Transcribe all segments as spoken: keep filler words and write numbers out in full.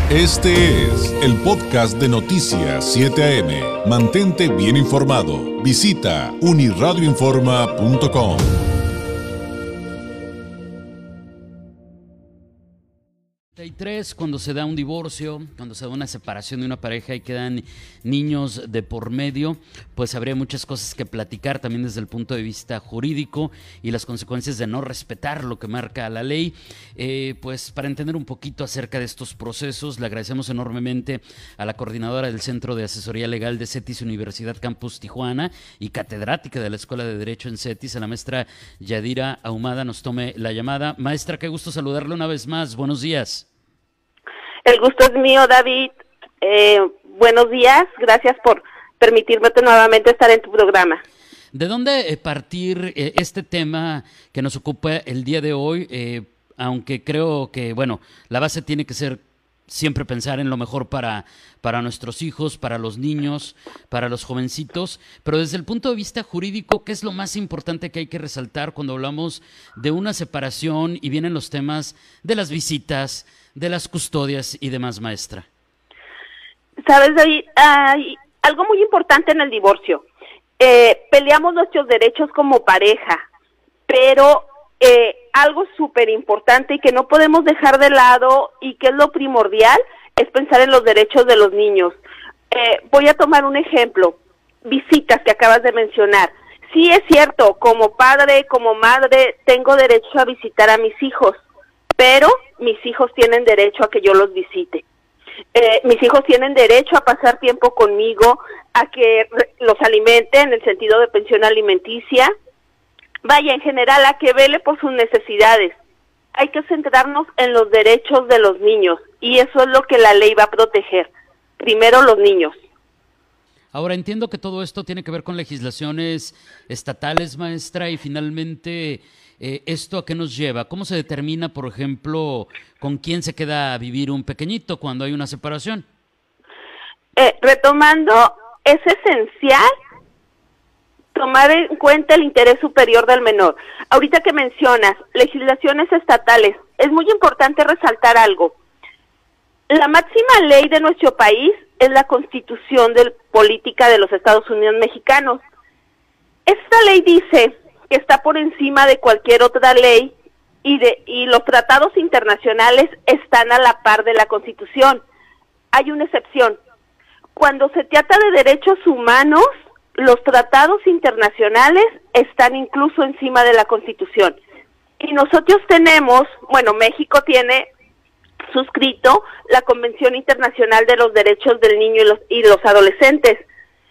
Este es el podcast de Noticias siete A M. Mantente bien informado. Visita uniradioinforma punto com. Cuando se da un divorcio, cuando se da una separación de una pareja y quedan niños de por medio, pues habría muchas cosas que platicar también desde el punto de vista jurídico y las consecuencias de no respetar lo que marca la ley. Eh, pues para entender un poquito acerca de estos procesos, le agradecemos enormemente a la coordinadora del Centro de Asesoría Legal de CETIS Universidad Campus Tijuana y catedrática de la Escuela de Derecho en CETIS, a la maestra Yadira Ahumada, nos tome la llamada. Maestra, qué gusto saludarle una vez más. Buenos días. El gusto es mío, David. Eh, buenos días, gracias por permitirme nuevamente estar en tu programa. ¿De dónde eh, partir eh, este tema que nos ocupa el día de hoy? Eh, aunque creo que, bueno, la base tiene que ser siempre pensar en lo mejor para, para nuestros hijos, para los niños, para los jovencitos, pero desde el punto de vista jurídico, ¿qué es lo más importante que hay que resaltar cuando hablamos de una separación y vienen los temas de las visitas, de las custodias y demás, maestra? Sabes, David, hay algo muy importante en el divorcio. Eh, peleamos nuestros derechos como pareja, pero eh, algo súper importante y que no podemos dejar de lado y que es lo primordial es pensar en los derechos de los niños. Eh, voy a tomar un ejemplo, visitas que acabas de mencionar. Sí, es cierto, como padre, como madre, tengo derecho a visitar a mis hijos, pero mis hijos tienen derecho a que yo los visite. Eh, mis hijos tienen derecho a pasar tiempo conmigo, a que los alimente en el sentido de pensión alimenticia, vaya, en general, a que vele por sus necesidades. Hay que centrarnos en los derechos de los niños y eso es lo que la ley va a proteger. Primero los niños. Ahora, entiendo que todo esto tiene que ver con legislaciones estatales, maestra, y finalmente, eh, ¿esto a qué nos lleva? ¿Cómo se determina, por ejemplo, con quién se queda a vivir un pequeñito cuando hay una separación? Eh, retomando, es esencial tomar en cuenta el interés superior del menor. Ahorita que mencionas legislaciones estatales, es muy importante resaltar algo. La máxima ley de nuestro país es la Constitución de Política de los Estados Unidos Mexicanos. Esta ley dice que está por encima de cualquier otra ley y, de, y los tratados internacionales están a la par de la Constitución. Hay una excepción. Cuando se trata de derechos humanos, los tratados internacionales están incluso encima de la Constitución. Y nosotros tenemos, bueno, México tiene suscrito la Convención Internacional de los Derechos del Niño y los, y los Adolescentes.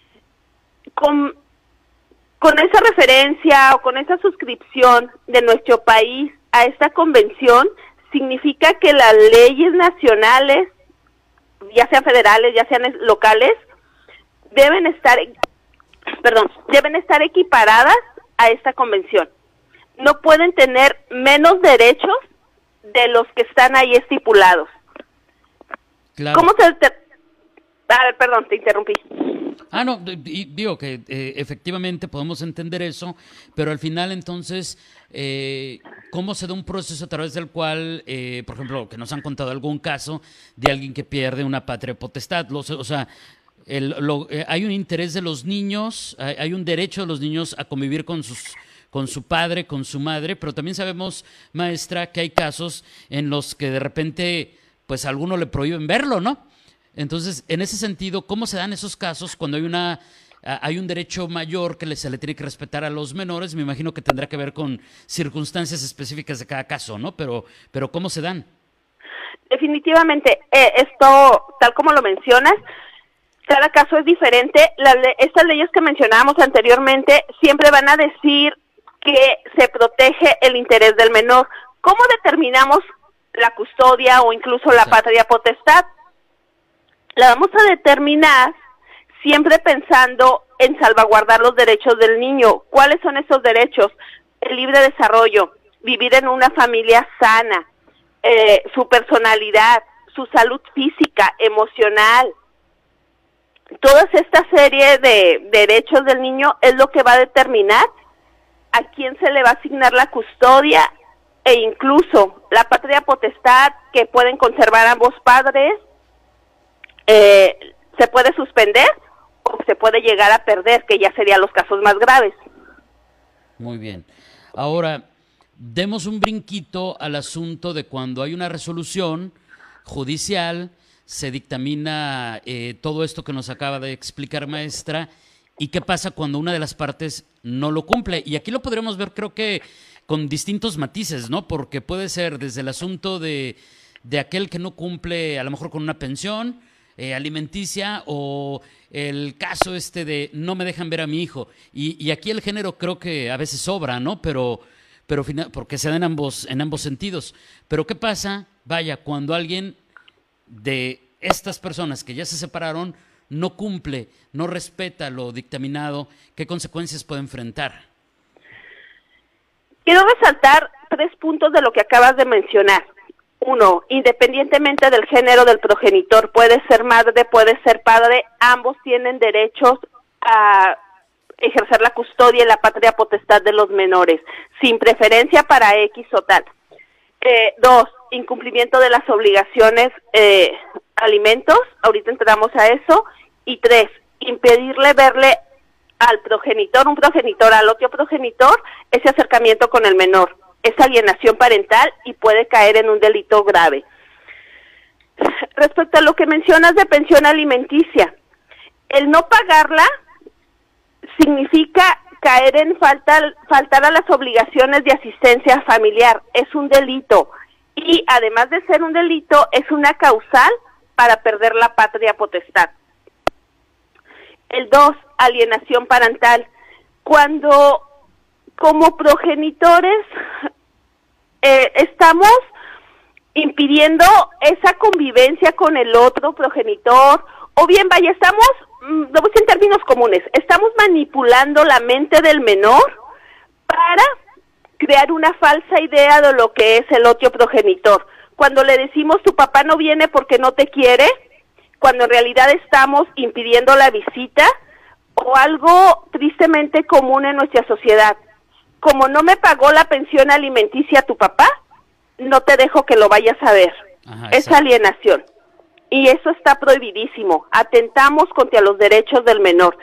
Con, con esa referencia o con esa suscripción de nuestro país a esta convención, significa que las leyes nacionales, ya sean federales, ya sean locales, deben estar, perdón, deben estar equiparadas a esta convención. No pueden tener menos derechos de los que están ahí estipulados. Claro. ¿Cómo se... Te... A ver, perdón, te interrumpí. Ah, no, digo que eh, efectivamente podemos entender eso, pero al final entonces, eh, ¿cómo se da un proceso a través del cual, eh, por ejemplo, que nos han contado algún caso de alguien que pierde una patria potestad? Los, o sea, el, lo, eh, hay un interés de los niños, hay, hay un derecho de los niños a convivir con sus con su padre, con su madre, pero también sabemos, maestra, que hay casos en los que de repente, pues a alguno le prohíben verlo, ¿no? Entonces, en ese sentido, ¿cómo se dan esos casos cuando hay una hay un derecho mayor que se le tiene que respetar a los menores? Me imagino que tendrá que ver con circunstancias específicas de cada caso, ¿no? Pero, pero ¿cómo se dan? Definitivamente, eh, esto, tal como lo mencionas, cada caso es diferente. Las, estas leyes que mencionábamos anteriormente siempre van a decir que se protege el interés del menor. ¿Cómo determinamos la custodia o incluso la patria potestad? La vamos a determinar siempre pensando en salvaguardar los derechos del niño. ¿Cuáles son esos derechos? El libre desarrollo, vivir en una familia sana, eh, su personalidad, su salud física, emocional. Toda esta serie de derechos del niño es lo que va a determinar a quién se le va a asignar la custodia e incluso la patria potestad que pueden conservar ambos padres eh, se puede suspender o se puede llegar a perder, que ya serían los casos más graves. Muy bien. Ahora, demos un brinquito al asunto de cuando hay una resolución judicial, se dictamina eh, todo esto que nos acaba de explicar, maestra, y qué pasa cuando una de las partes no lo cumple. Y aquí lo podremos ver, creo que con distintos matices, ¿no? Porque puede ser desde el asunto de, de aquel que no cumple, a lo mejor con una pensión eh, alimenticia, o el caso este de no me dejan ver a mi hijo. Y, y aquí el género creo que a veces sobra, ¿no? Pero, pero porque se da en ambos, en ambos sentidos. Pero ¿qué pasa? Vaya, cuando alguien de estas personas que ya se separaron no cumple, no respeta lo dictaminado, ¿qué consecuencias puede enfrentar? Quiero resaltar tres puntos de lo que acabas de mencionar. Uno, independientemente del género del progenitor, puede ser madre, puede ser padre, ambos tienen derechos a ejercer la custodia y la patria potestad de los menores, sin preferencia para X o tal. Eh, dos, incumplimiento de las obligaciones, eh, alimentos, ahorita entramos a eso. Y tres, impedirle verle al progenitor, un progenitor al otro progenitor, ese acercamiento con el menor. Es alienación parental y puede caer en un delito grave. Respecto a lo que mencionas de pensión alimenticia, el no pagarla significa caer en falta, faltar a las obligaciones de asistencia familiar. Es un delito y además de ser un delito, es una causal para perder la patria potestad. El dos, alienación parental. Cuando como progenitores eh, estamos impidiendo esa convivencia con el otro progenitor, o bien, vaya, estamos, lo voy a decir en términos comunes, estamos manipulando la mente del menor para crear una falsa idea de lo que es el otro progenitor. Cuando le decimos tu papá no viene porque no te quiere, cuando en realidad estamos impidiendo la visita, o algo tristemente común en nuestra sociedad. Como no me pagó la pensión alimenticia tu papá, no te dejo que lo vayas a ver. Ajá, es alienación. Y eso está prohibidísimo. Atentamos contra los derechos del menor.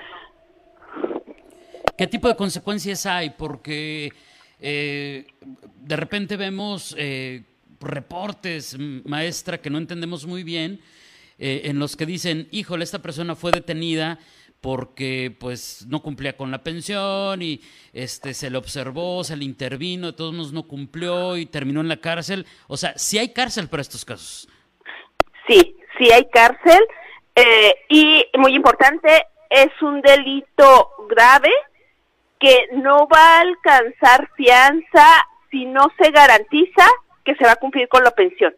¿Qué tipo de consecuencias hay? Porque eh, de repente vemos eh, reportes, maestra, que no entendemos muy bien, Eh, en los que dicen, híjole, esta persona fue detenida porque pues no cumplía con la pensión y este se le observó, se le intervino, de todos modos no cumplió y terminó en la cárcel. O sea, ¿sí hay cárcel para estos casos? Sí, sí hay cárcel eh, y muy importante, es un delito grave que no va a alcanzar fianza si no se garantiza que se va a cumplir con la pensión.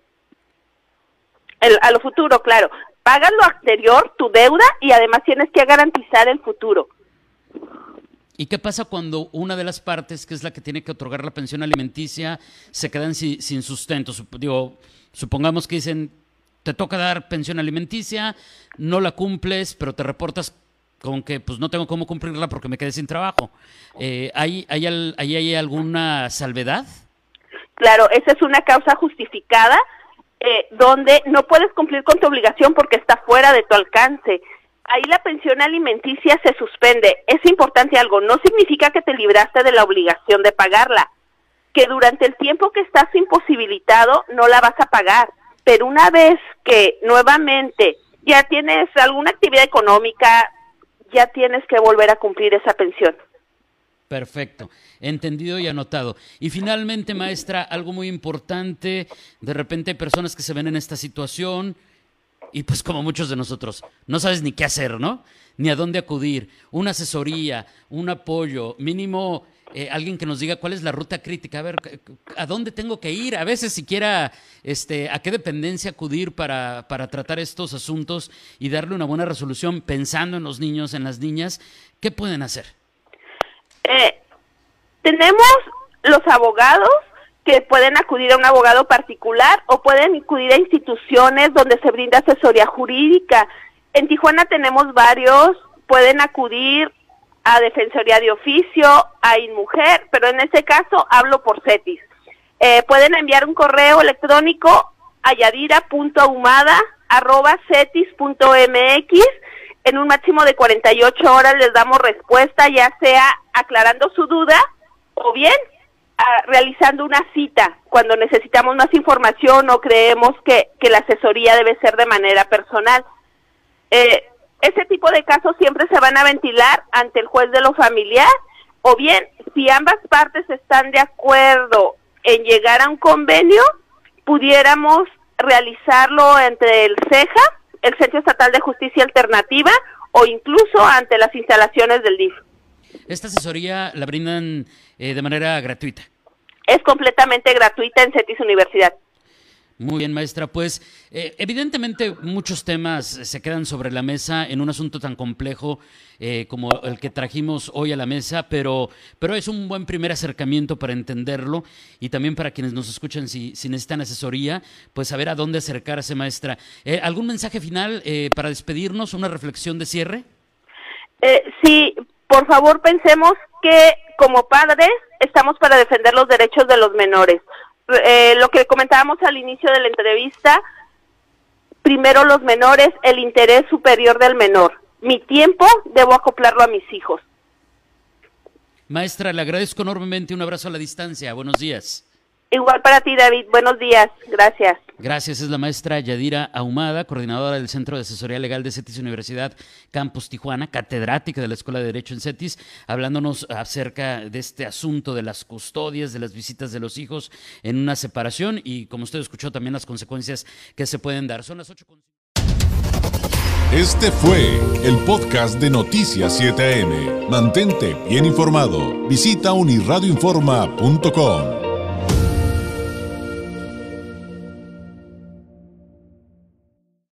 El, a lo futuro, claro. Pagas lo anterior, tu deuda, y además tienes que garantizar el futuro. ¿Y qué pasa cuando una de las partes, que es la que tiene que otorgar la pensión alimenticia, se quedan sin, sin sustento? Sup- digo, supongamos que dicen, te toca dar pensión alimenticia, no la cumples, pero te reportas con que pues no tengo cómo cumplirla porque me quedé sin trabajo. Eh, ¿hay, hay, al, ¿Hay, hay alguna salvedad? Claro, esa es una causa justificada, Eh, donde no puedes cumplir con tu obligación porque está fuera de tu alcance. Ahí la pensión alimenticia se suspende. Es importante algo, no significa que te libraste de la obligación de pagarla, que durante el tiempo que estás imposibilitado no la vas a pagar, pero una vez que nuevamente ya tienes alguna actividad económica, ya tienes que volver a cumplir esa pensión. Perfecto, entendido y anotado. Y finalmente, maestra, algo muy importante, de repente hay personas que se ven en esta situación y pues como muchos de nosotros, no sabes ni qué hacer, ¿no? Ni a dónde acudir, una asesoría, un apoyo, mínimo eh, alguien que nos diga cuál es la ruta crítica, a ver, a dónde tengo que ir, a veces siquiera este, a qué dependencia acudir para, para tratar estos asuntos y darle una buena resolución pensando en los niños, en las niñas. ¿Qué pueden hacer? Eh, tenemos los abogados que pueden acudir a un abogado particular o pueden acudir a instituciones donde se brinda asesoría jurídica. En Tijuana tenemos varios, pueden acudir a Defensoría de Oficio, a InMujer, pero en este caso hablo por CETIS. Eh, pueden enviar un correo electrónico a yadira punto ahumada arroba cetis punto mx. En un máximo de cuarenta y ocho horas les damos respuesta, ya sea aclarando su duda o bien a, realizando una cita cuando necesitamos más información o creemos que, que la asesoría debe ser de manera personal. Eh, ese tipo de casos siempre se van a ventilar ante el juez de lo familiar, o bien, si ambas partes están de acuerdo en llegar a un convenio, pudiéramos realizarlo entre el CEJA, el Centro Estatal de Justicia Alternativa, o incluso ante las instalaciones del D I F. ¿Esta asesoría la brindan eh, de manera gratuita? Es completamente gratuita en CETIS Universidad. Muy bien, maestra. Pues eh, evidentemente muchos temas se quedan sobre la mesa en un asunto tan complejo eh, como el que trajimos hoy a la mesa, pero, pero es un buen primer acercamiento para entenderlo y también para quienes nos escuchan si, si necesitan asesoría, pues saber a dónde acercarse, maestra. Eh, ¿Algún mensaje final eh, para despedirnos, una reflexión de cierre? Eh, sí, por favor pensemos que como padres estamos para defender los derechos de los menores. Eh, lo que comentábamos al inicio de la entrevista, primero los menores, el interés superior del menor. Mi tiempo debo acoplarlo a mis hijos. Maestra, le agradezco enormemente, un abrazo a la distancia, buenos días. Igual para ti, David, buenos días, gracias. Gracias, es la maestra Yadira Ahumada, coordinadora del Centro de Asesoría Legal de CETIS Universidad Campus Tijuana, catedrática de la Escuela de Derecho en CETIS, hablándonos acerca de este asunto de las custodias, de las visitas de los hijos en una separación y, como usted escuchó, también las consecuencias que se pueden dar. Son las ocho. Este fue el podcast de Noticias siete A M. Mantente bien informado. Visita unirradioinforma punto com.